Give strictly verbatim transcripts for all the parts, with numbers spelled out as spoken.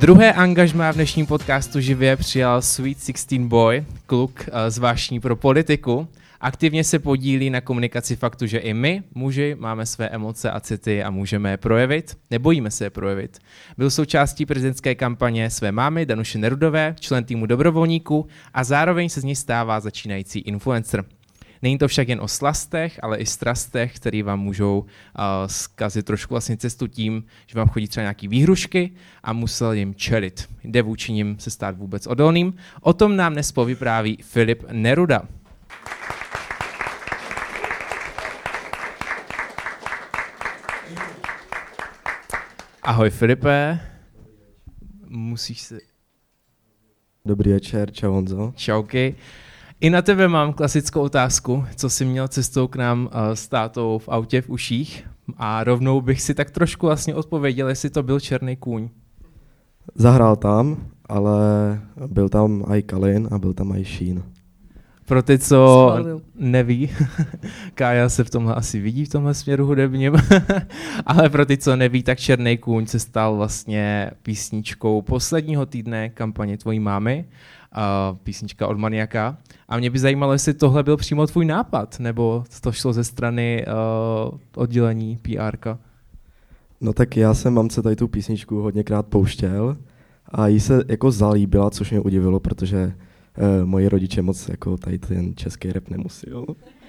Druhé angažmá v dnešním podcastu živě přijal Sweet sixteen Boy, kluk zvláštní pro politiku. Aktivně se podílí na komunikaci faktu, že i my, muži, máme své emoce a city a můžeme je projevit. Nebojíme se je projevit. Byl součástí prezidentské kampaně své mámy Danuše Nerudové, člen týmu dobrovolníků a zároveň se z ní stává začínající influencer. Není to však jen o slastech, ale i strastech, které vám můžou uh, zkazit trošku vlastně cestu tím, že vám chodí třeba nějaký výhrušky a musel jim čelit. Jde vůči nim se stát vůbec odolným. O tom nám dnes povypráví Filip Neruda. Ahoj Filipe. Musíš se... Dobrý večer, čau Honzo. Čauky. I na tebe mám klasickou otázku, co jsi měl cestou k nám s tátou v autě v uších a rovnou bych si tak trošku vlastně odpověděl, jestli to byl Černý kůň. Zahrál tam, ale byl tam i Kalin a byl tam i Šín. Pro ty, co Schválil. neví, Kája se v tomhle asi vidí v tomhle směru hudebním, ale pro ty, co neví, tak Černý kůň se stal vlastně písničkou posledního týdne kampaně tvojí mámy, uh, písnička od Maniaka. A mě by zajímalo, jestli tohle byl přímo tvůj nápad, nebo to šlo ze strany uh, oddělení P R ka. No tak já jsem mamce tady tu písničku hodněkrát pouštěl a jí se jako zalíbila, což mě udivilo, protože Uh, moji rodiče moc jako tady ten český rap nemusil.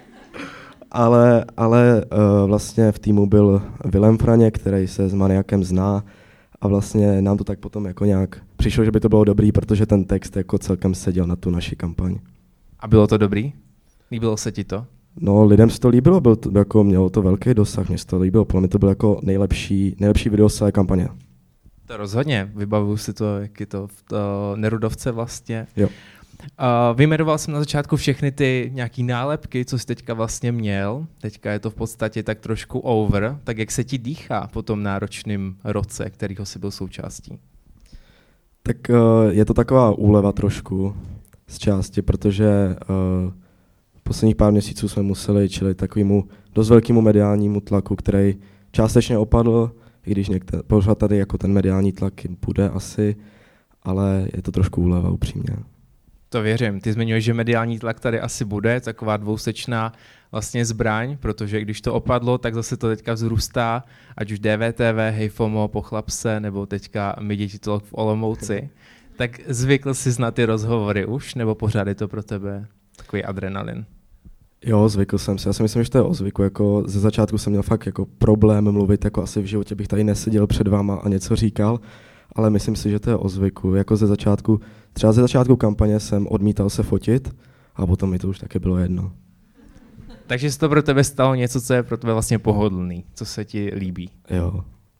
ale ale uh, vlastně v týmu byl Vilém Franě, který se s Maniakem zná a vlastně nám to tak potom jako nějak přišlo, že by to bylo dobrý, protože ten text jako celkem seděl na tu naši kampaň. A bylo to dobrý? Líbilo se ti to? No, lidem se to líbilo, bylo to, jako, mělo to velký dosah, mě se to líbilo, podle mě to bylo jako nejlepší, nejlepší video z celé kampaně. To rozhodně, vybavuju si to, jak je to v to Nerudovce vlastně. Jo. Uh, vyjmenoval jsem na začátku všechny ty nějaký nálepky, co jsi teďka vlastně měl. Teďka je to v podstatě tak trošku over. Tak jak se ti dýchá po tom náročném roce, kterýho jsi byl součástí? Tak uh, je to taková úleva trošku z části, protože uh, posledních pár měsíců jsme museli čelit takovému dost velkému mediálnímu tlaku, který částečně opadl, i když některé, pořád tady jako ten mediální tlak bude asi, ale je to trošku úleva upřímně. To věřím. Ty zmiňuješ, že mediální tlak tady asi bude, taková dvousečná vlastně zbraň, protože když to opadlo, tak zase to teďka vzrůstá, ať už D V T V, Hej FOMO, Pochlapse, nebo teďka My děti to v Olomouci. Tak zvykl jsi na ty rozhovory už, nebo pořád je to pro tebe takový adrenalin? Jo, zvykl jsem se. Já si myslím, že to je o zvyku. Jako ze začátku jsem měl fakt jako problém mluvit, jako asi v životě bych tady neseděl před váma a něco říkal, ale myslím si, že to je o zvyku. Jako ze začátku, třeba ze začátku kampaně jsem odmítal se fotit a potom mi to už taky bylo jedno. Takže se to pro tebe stalo něco, co je pro tebe vlastně pohodlný, co se ti líbí. Jo.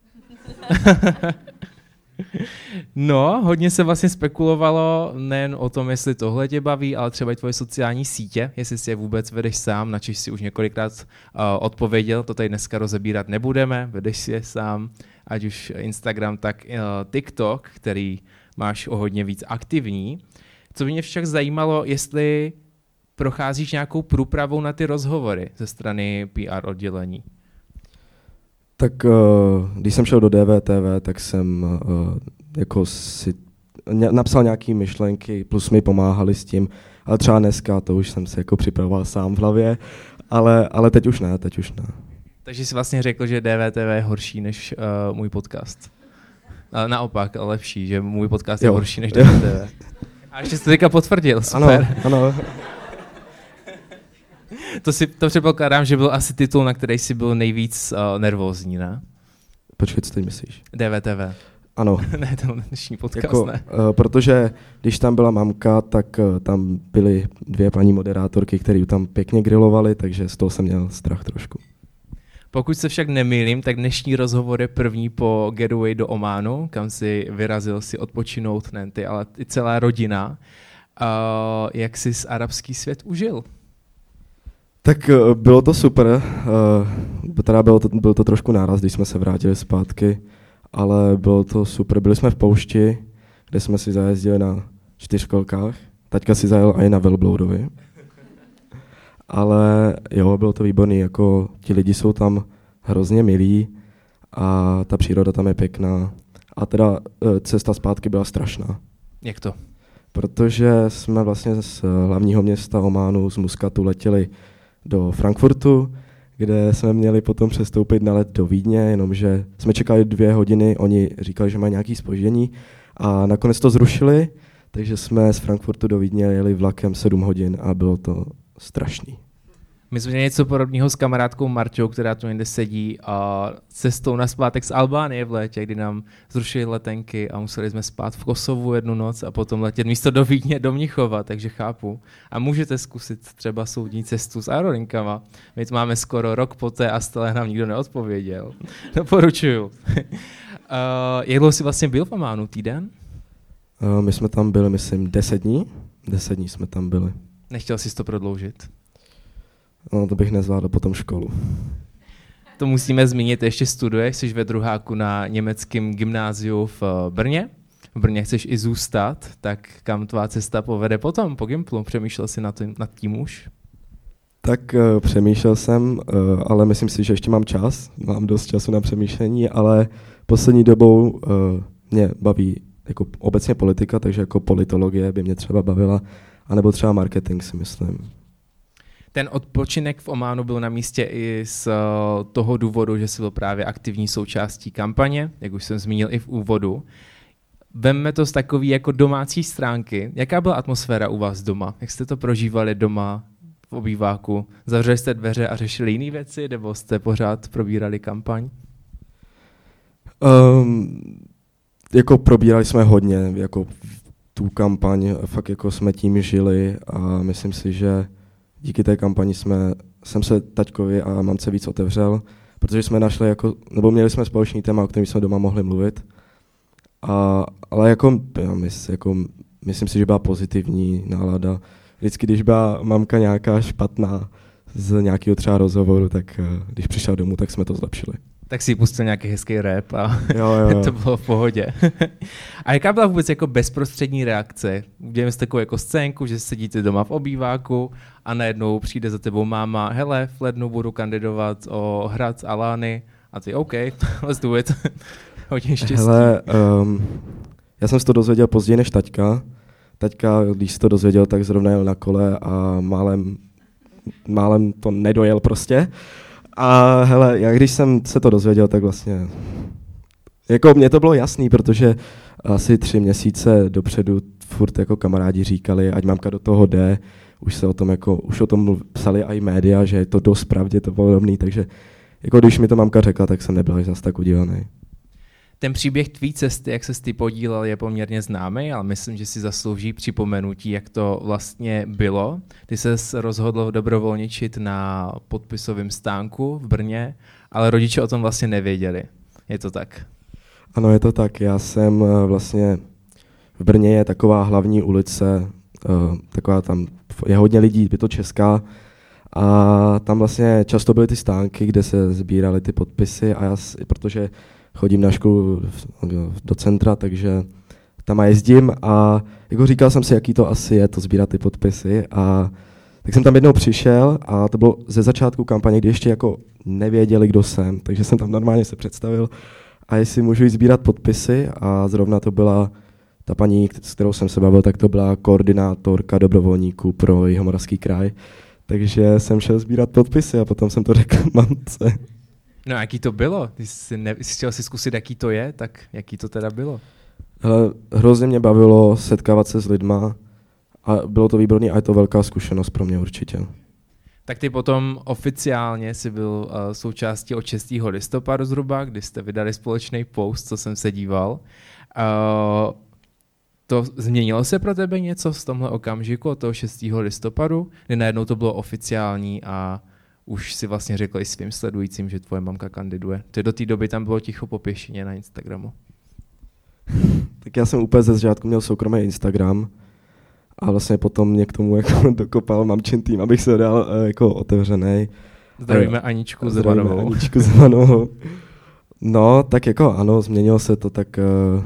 No, hodně se vlastně spekulovalo nejen o tom, jestli tohle tě baví, ale třeba i tvoje sociální sítě, jestli si je vůbec vedeš sám, na čež si už několikrát uh, odpověděl, to tady dneska rozebírat nebudeme, vedeš si je sám, ať už Instagram, tak uh, TikTok, který máš o hodně víc aktivní. Co by mě však zajímalo, jestli procházíš nějakou průpravou na ty rozhovory ze strany P R oddělení. Tak když jsem šel do D V T V, tak jsem jako si napsal nějaké myšlenky, plus mi pomáhali s tím, ale třeba dneska to už jsem si jako připravoval sám v hlavě, ale, ale teď už ne, teď už ne. Takže jsi vlastně řekl, že D V T V je horší než uh, můj podcast. A naopak, lepší, že můj podcast je jo. horší než D V T V. A ještě jsi to teďka potvrdil, super. Ano, ano. To si to předpokládám, že byl asi titul, na který jsi byl nejvíc uh, nervózní, ne? Počkej, co teď myslíš? D V T V. Ano. Ne, to dnešní podcast, jako, ne. Uh, protože když tam byla mamka, tak uh, tam byly dvě paní moderátorky, které tam pěkně grilovaly, takže z toho jsem měl strach trošku. Pokud se však nemýlím, tak dnešní rozhovor je první po getaway do Ománu, kam si vyrazil si odpočinout nejen ty, ale i celá rodina. Uh, jak jsi z arabský svět užil? Tak uh, bylo to super, uh, teda bylo to, byl to trošku náraz, když jsme se vrátili zpátky, ale bylo to super. Byli jsme v poušti, kde jsme si zajezdili na čtyřkolkách, taťka si zajel i na velbloudovi. Ale jo, bylo to výborný, jako ti lidi jsou tam hrozně milí a ta příroda tam je pěkná A teda uh, cesta zpátky byla strašná. Jak to? Protože jsme vlastně z hlavního města Ománu, z Muskatu, letěli do Frankfurtu, kde jsme měli potom přestoupit na let do Vídně, jenomže jsme čekali dvě hodiny, oni říkali, že mají nějaké zpoždění a nakonec to zrušili, takže jsme z Frankfurtu do Vídně jeli vlakem sedm hodin a bylo to strašný. My jsme měli něco podobného s kamarádkou Marťou, která tu někde sedí a cestou naspátek z Albánie v létě, kdy nám zrušili letenky a museli jsme spát v Kosovu jednu noc a potom letět místo do Vídně do Mnichova, takže chápu. A můžete zkusit třeba soudní cestu s aerolinkama. My to máme skoro rok poté a stále nám nikdo neodpověděl. Doporučuju. uh, jak dlouho jsi vlastně byl v Ománu? Týden? Uh, my jsme tam byli, myslím, deset dní. Deset dní jsme tam byli. Nechtěl jsi to prodloužit? No, to bych nezvládl potom školu. To musíme zmínit, ještě studuješ, jsi ve druháku na německém gymnáziu v Brně. V Brně chceš i zůstat, tak kam tvá cesta povede potom, po Gimplu? Přemýšlel jsi nad tím, nad tím už? Tak uh, přemýšlel jsem, uh, ale myslím si, že ještě mám čas. Mám dost času na přemýšlení, ale poslední dobou uh, mě baví jako obecně politika, takže jako politologie by mě třeba bavila, anebo třeba marketing, si myslím. Ten odpočinek v Ománu byl na místě i z toho důvodu, že jsi byl právě aktivní součástí kampaně, jak už jsem zmínil i v úvodu. Vemme to z takové jako domácí stránky. Jaká byla atmosféra u vás doma? Jak jste to prožívali doma v obýváku? Zavřeli jste dveře a řešili jiné věci, nebo jste pořád probírali kampaň? Um, jako probírali jsme hodně, jako tu kampaň, fakt jako jsme tím žili a myslím si, že díky té kampani jsme, jsem se taťkovi a mamce víc otevřel, protože jsme našli jako, nebo měli jsme společný téma, o kterém jsme doma mohli mluvit. A, ale jako, já mys, jako, myslím si, že byla pozitivní nálada. Vždycky, když byla mamka nějaká špatná z nějakého třeba rozhovoru, tak když přišel domů, tak jsme to zlepšili. Tak si pustil nějaký hezký rap a jo, jo, jo. to bylo v pohodě. A jaká byla vůbec jako bezprostřední reakce? Udělám si takovou jako scénku, že sedíte doma v obýváku a najednou přijde za tebou máma, hele, v lednu budu kandidovat o Hrad Alány a ty OK, let's do it. Hodně štěstí. Hele, um, já jsem si to dozvěděl později než taťka. Taťka, když si to dozvěděl, tak zrovna jel na kole a málem, málem to nedojel prostě. A hele, já když jsem se to dozvěděl, tak vlastně, jako mně to bylo jasný, protože asi tři měsíce dopředu furt jako kamarádi říkali, ať mamka do toho jde, už se o tom jako, už o tom psali i média, že je to dost pravděpodobný, takže jako když mi to mamka řekla, tak jsem nebyl zase tak udílený. Ten příběh tvý cesty, jak ses ty podílel, je poměrně známý, ale myslím, že si zaslouží připomenutí, jak to vlastně bylo. Ty ses rozhodl dobrovolničit na podpisovém stánku v Brně, ale rodiče o tom vlastně nevěděli. Je to tak? Ano, je to tak. Já jsem vlastně, v Brně je taková hlavní ulice, taková tam, je hodně lidí, je to česká, a tam vlastně často byly ty stánky, kde se sbíraly ty podpisy a já, protože chodím na školu do centra, takže tam jezdím a jako říkal jsem si, jaký to asi je, to sbírat ty podpisy, a tak jsem tam jednou přišel a to bylo ze začátku kampaně, kdy ještě jako nevěděli, kdo jsem, takže jsem tam normálně se představil a jestli můžu jít sbírat podpisy, a zrovna to byla ta paní, s kterou jsem se bavil, tak to byla koordinátorka dobrovolníků pro Jihomoravský kraj, takže jsem šel sbírat podpisy a potom jsem to řekl mamce. No, jaký to bylo? Když jsi, ne, jsi chtěl si zkusit, jaký to je, tak jaký to teda bylo? Hele, hrozně mě bavilo setkávat se s lidma a bylo to výborné a je to velká zkušenost pro mě určitě. Tak ty potom oficiálně jsi byl uh, součástí od šestého listopadu zhruba, kdy jste vydali společný post, co jsem se díval. Uh, to změnilo se pro tebe něco v tomhle okamžiku od toho šestého listopadu, kdy najednou to bylo oficiální a už si vlastně řekl i svým sledujícím, že tvoje mamka kandiduje. Ty do té doby tam bylo ticho po pěšině na Instagramu. Tak já jsem úplně ze začátku měl soukromý Instagram a vlastně potom mě k tomu jako dokopal mamčin tým, abych se dal jako otevřenej. Zdravíme Aničku Zemanovou. Zdravíme Aničku Zemanovou. No, tak jako ano, změnilo se to, tak,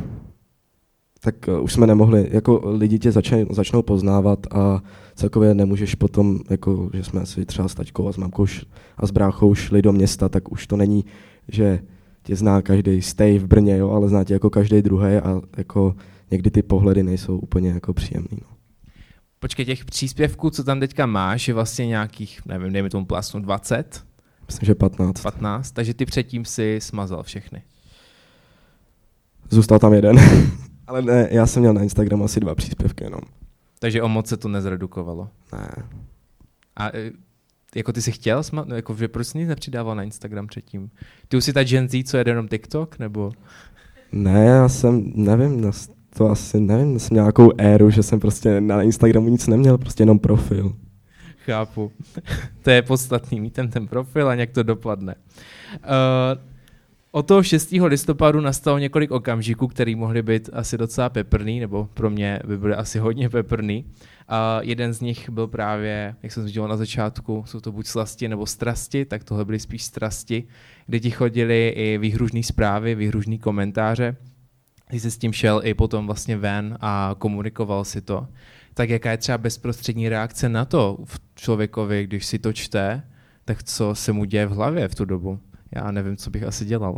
tak už jsme nemohli, jako lidi tě začne, začnou poznávat a celkově nemůžeš potom, jako, že jsme si třeba s taťkou a s mamkou a s bráchou šli do města, tak už to není, že tě zná každý stej v Brně, jo, ale zná tě jako každý druhý a jako někdy ty pohledy nejsou úplně jako příjemný. No. Počkej, těch příspěvků, co tam teďka máš, je vlastně nějakých, nevím, dejme tomu plásnu dvacet? Myslím, že patnáct. patnáct, takže ty předtím si smazal všechny. Zůstal tam jeden. Ale ne, já jsem měl na Instagramu asi dva příspěvky jenom. Takže o moc se to nezredukovalo? Ne. A jako ty jsi chtěl, no, jako, že proč jsi nic nepřidával na Instagram předtím? Ty už jsi ta Gen Z, co jede jenom TikTok, nebo? Ne, já jsem, nevím, to asi nevím, jsem měl nějakou éru, že jsem prostě na Instagramu nic neměl, prostě jenom profil. Chápu. To je podstatný, mít ten, ten profil a nějak to dopadne. Uh, od toho šestého listopadu nastalo několik okamžiků, které mohly být asi docela peprný, nebo pro mě by byly asi hodně peprný. Uh, jeden z nich byl právě, jak jsem říkal na začátku, jsou to buď slasti nebo strasti, tak tohle byly spíš strasti, kde ti chodili i výhružné zprávy, výhružné komentáře. Když jsi s tím šel i potom vlastně ven a komunikoval si to, tak jaká je třeba bezprostřední reakce na to v člověkovi, když si to čte, tak co se mu děje v hlavě v tu dobu? Já nevím, co bych asi dělal.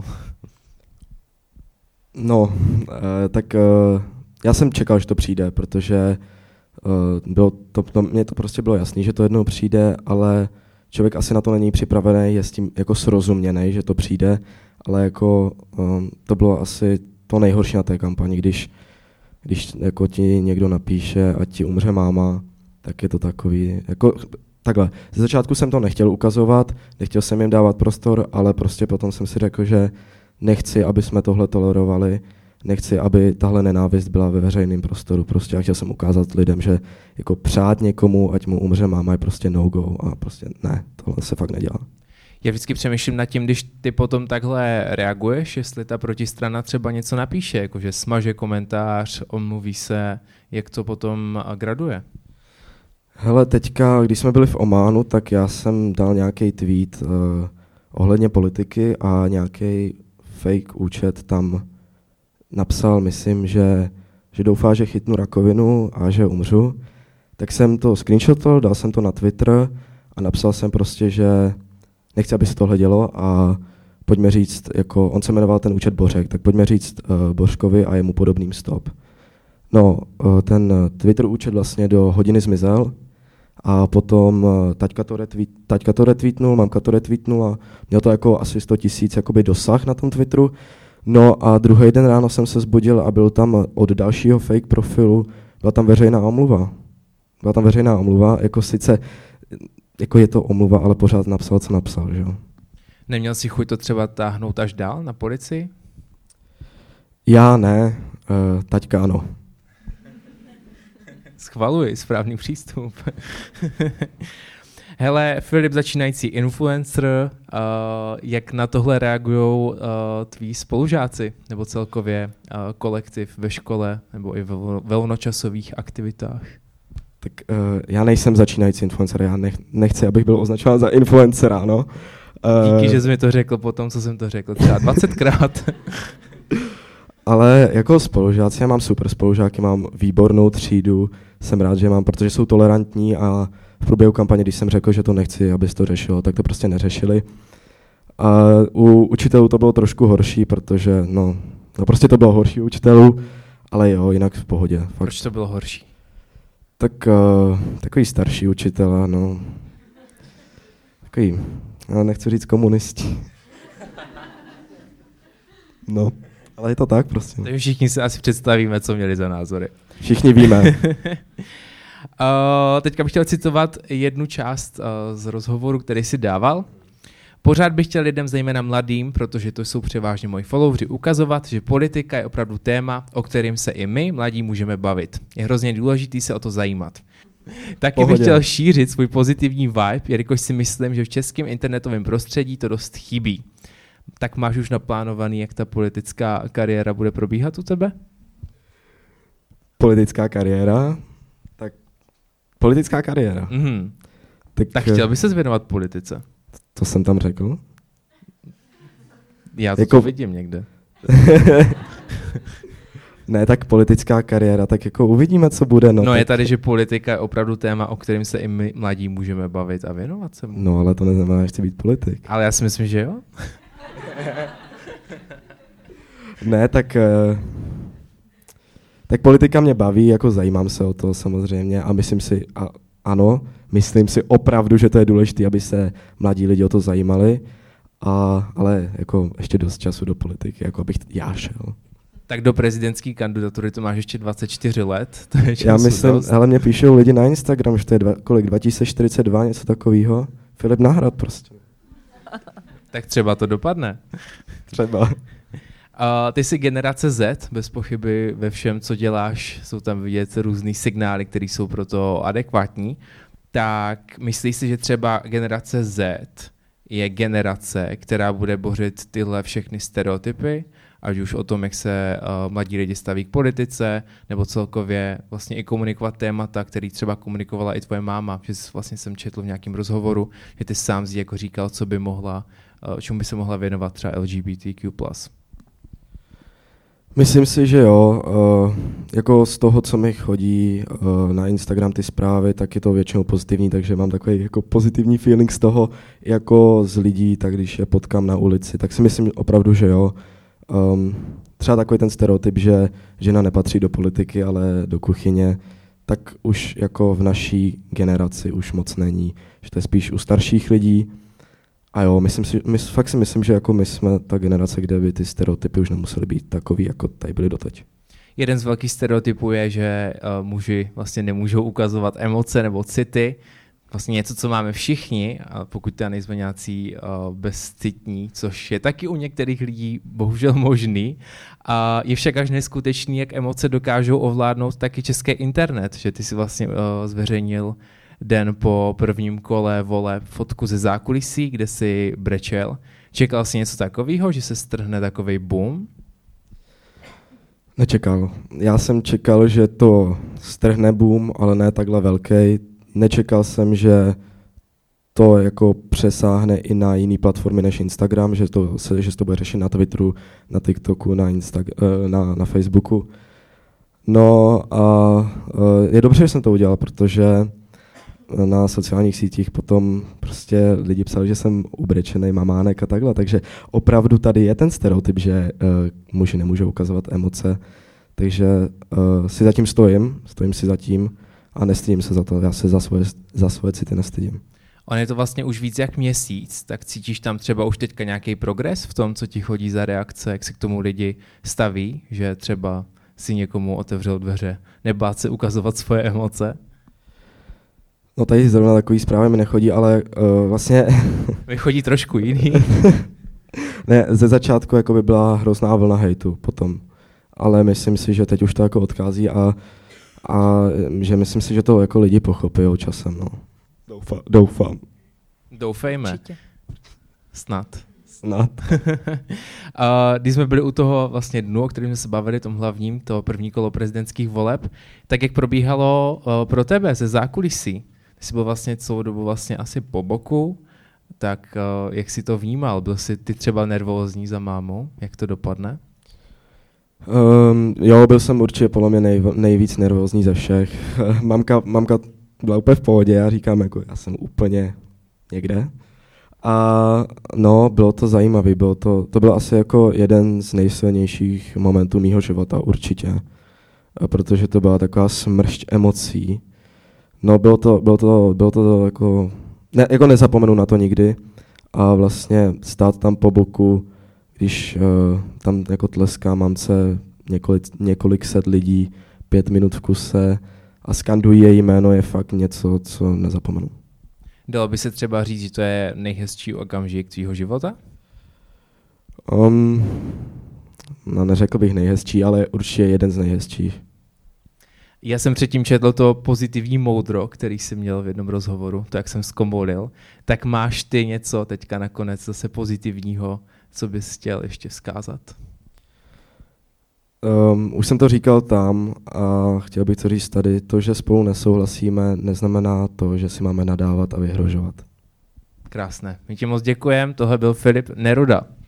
No, uh, tak uh, já jsem čekal, že to přijde, protože uh, bylo to, to, mně to prostě bylo jasný, že to jednou přijde, ale člověk asi na to není připravený, je s tím jako srozuměný, že to přijde, ale jako um, to bylo asi to nejhorší na té kampani, když, když jako ti někdo napíše, ať ti umře máma, tak je to takový, jako takhle. Ze začátku jsem to nechtěl ukazovat, nechtěl jsem jim dávat prostor, ale prostě potom jsem si řekl, že nechci, aby jsme tohle tolerovali, nechci, aby tahle nenávist byla ve veřejném prostoru. Prostě a chtěl jsem ukázat lidem, že jako přát někomu, ať mu umře máma, je prostě no-go a prostě ne, tohle se fakt nedělá. Já vždycky přemýšlím nad tím, když ty potom takhle reaguješ, jestli ta protistrana třeba něco napíše, jakože smaže komentář, omluví se, jak to potom graduje? Hele, teďka, když jsme byli v Ománu, tak já jsem dal nějaký tweet uh, ohledně politiky a nějaký fake účet tam napsal, myslím, že, že doufá, že chytnu rakovinu a že umřu. Tak jsem to screenshotol, dal jsem to na Twitter a napsal jsem prostě, že nechci, aby se tohle dělo a pojďme říct, jako on se jmenoval ten účet Bořek, tak pojďme říct uh, Bořkovi a jemu podobným stop. No, uh, ten Twitter účet vlastně do hodiny zmizel a potom uh, taťka, to retweet, taťka to retweetnul, mamka to retweetnul a měl to jako asi sto tisíc jakoby dosah na tom Twitteru. No a druhý den ráno jsem se zbudil a byl tam od dalšího fake profilu, byla tam veřejná omluva. Byla tam veřejná omluva, jako sice jako je to omluva, ale pořád napsal, co napsal, že jo. Neměl jsi chuť to třeba táhnout až dál na policii? Já ne, uh, taťka ano. Schvaluji, správný přístup. Hele, Filip, začínající influencer, uh, jak na tohle reagují uh, tví spolužáci, nebo celkově uh, kolektiv ve škole, nebo i ve volnočasových aktivitách? Tak uh, já nejsem začínající influencer, já nech, nechci, abych byl označován za influencera, no. Uh, Díky, že jsi mi to řekl potom, co jsem to řekl, třeba dvacetkrát. Ale jako spolužáci, já mám super spolužáky, mám výbornou třídu, jsem rád, že mám, protože jsou tolerantní a v průběhu kampaně, když jsem řekl, že to nechci, aby se to řešilo, tak to prostě neřešili. A u učitelů to bylo trošku horší, protože no, no prostě to bylo horší u učitelů, ale jo, jinak v pohodě. Fakt. Proč to bylo horší? Tak uh, takový starší učitelé, no. Takový, já nechci říct komunisti. No, ale je to tak prostě. Takže všichni si asi představíme, co měli za názory. Všichni víme. uh, teďka bych chtěl citovat jednu část uh, z rozhovoru, který si dával. Pořád bych chtěl lidem, zejména mladým, protože to jsou převážně moji followři, ukazovat, že politika je opravdu téma, o kterém se i my, mladí, můžeme bavit. Je hrozně důležitý se o to zajímat. Taky Pohodě. bych chtěl šířit svůj pozitivní vibe, jelikož si myslím, že v českém internetovém prostředí to dost chybí. Tak máš už naplánovaný, jak ta politická kariéra bude probíhat u tebe? Politická kariéra? Tak politická kariéra. Mm-hmm. Tak, tak chtěl bys se zvěnovat politice? To jsem tam řekl. Já to jako... vidím někde. Ne, tak politická kariéra, tak jako uvidíme, co bude. No, no tak... je tady, že politika je opravdu téma, o kterém se i my mladí můžeme bavit a věnovat se mu. No, ale to neznamená, že chci být politik. Ale já si myslím, že jo. Ne, tak, tak politika mě baví, jako zajímám se o to samozřejmě a myslím si, a ano, myslím si opravdu, že to je důležité, aby se mladí lidi o to zajímali, a, ale jako ještě dost času do politiky, jako abych já šel. Tak do prezidentské kandidatury to máš ještě dvacet čtyři let. To je já myslím, dost. Ale mě píšou lidi na Instagram, že to je dva, kolik, dva tisíce čtyřicet dva, něco takového. Filip Nahrad prostě. Tak třeba to dopadne. Třeba. Uh, ty jsi generace Z, bez pochyby ve všem, co děláš, jsou tam vidět různý signály, které jsou pro to adekvátní. Tak myslíš si, že třeba generace Z je generace, která bude bořit tyhle všechny stereotypy, ať už o tom, jak se uh, mladí lidi staví k politice, nebo celkově vlastně i komunikovat témata, který třeba komunikovala i tvoje máma, že vlastně jsem četl v nějakém rozhovoru, že ty sám zdi jako říkal, co by mohla, uh, čemu by se mohla věnovat třeba L G B T Q plus. Myslím si, že jo. Uh, jako z toho, co mi chodí uh, na Instagram ty zprávy, tak je to většinou pozitivní, takže mám takový jako pozitivní feeling z toho, jako z lidí, tak když je potkám na ulici, tak si myslím opravdu, že jo. Um, třeba takový ten stereotyp, že žena nepatří do politiky, ale do kuchyně, tak už jako v naší generaci už moc není. Že to je spíš u starších lidí. A jo, myslím si, my, fakt si myslím, že jako my jsme ta generace, kde by ty stereotypy už nemusely být takový, jako tady byly doteď. Jeden z velkých stereotypů je, že uh, muži vlastně nemůžou ukazovat emoce nebo city. Vlastně něco, co máme všichni, a pokud teda nejsme nějací uh, bezcitní, což je taky u některých lidí bohužel možný. A je však až neskutečný, jak emoce dokážou ovládnout taky český internet, že ty si vlastně uh, zveřejnil den po prvním kole voleb fotku ze zákulisí, kde si brečel. Čekal jsi něco takového, že se strhne takovej boom? Nečekal. Já jsem čekal, že to strhne boom, ale ne takhle velký. Nečekal jsem, že to jako přesáhne i na jiné platformy než Instagram, že to, se, že to bude řešit na Twitteru, na TikToku, na, Instag- na, na Facebooku. No a je dobře, že jsem to udělal, protože na sociálních sítích potom prostě lidi psali, že jsem ubrečený mamánek a takhle, takže opravdu tady je ten stereotyp, že uh, muži nemůžou ukazovat emoce, takže uh, si zatím stojím, stojím si zatím a nestydím se za to, já se za svoje, za svoje city nestydím. On je to vlastně už víc jak měsíc, tak cítíš tam třeba už teďka nějaký progres v tom, co ti chodí za reakce, jak se k tomu lidi staví, že třeba si někomu otevřel dveře, nebát se ukazovat svoje emoce? No tady zrovna takový zprávy mi nechodí, ale uh, vlastně... mi chodí trošku jiný. Ne, ze začátku jako by byla hrozná vlna hejtu potom, ale myslím si, že teď už to jako odchází a, a že myslím si, že to jako lidi pochopí časem, no. Doufám. Doufám. Doufejme. Určitě. Snad. Snad. A když jsme byli u toho vlastně dnu, o kterém jsme se bavili, tom hlavním, to první kolo prezidentských voleb, tak jak probíhalo uh, pro tebe ze zákulisí? Ty jsi byl vlastně celou dobu vlastně asi po boku, tak uh, jak jsi to vnímal? Byl jsi ty třeba nervózní za mámou? Jak to dopadne? Um, jo, byl jsem určitě podle mě nej, nejvíc nervózní ze všech. mamka, mamka byla úplně v pohodě, já říkám, jako já jsem úplně někde. A no, bylo to zajímavé, bylo to, to byl asi jako jeden z nejsilnějších momentů mýho života, určitě. Protože to byla taková smršť emocí. No, bylo to, bylo to, bylo to jako, ne, jako nezapomenu na to nikdy. A vlastně stát tam po boku, když uh, tam jako tleská mamce několik, několik set lidí, pět minut v kuse a skandují její jméno, je fakt něco, co nezapomenu. Dalo by se třeba říct, že to je nejhezčí okamžik tvýho života? Um, no, neřekl bych nejhezčí, ale určitě jeden z nejhezčích. Já jsem předtím četl to pozitivní moudro, který jsi měl v jednom rozhovoru, to jak jsem zkomolil. Tak máš ty něco teďka nakonec zase pozitivního, co bys chtěl ještě vzkázat? Um, už jsem to říkal tam a chtěl bych to říct tady. To, že spolu nesouhlasíme, neznamená to, že si máme nadávat a vyhrožovat. Krásné. My ti moc děkujeme. Tohle byl Filip Neruda.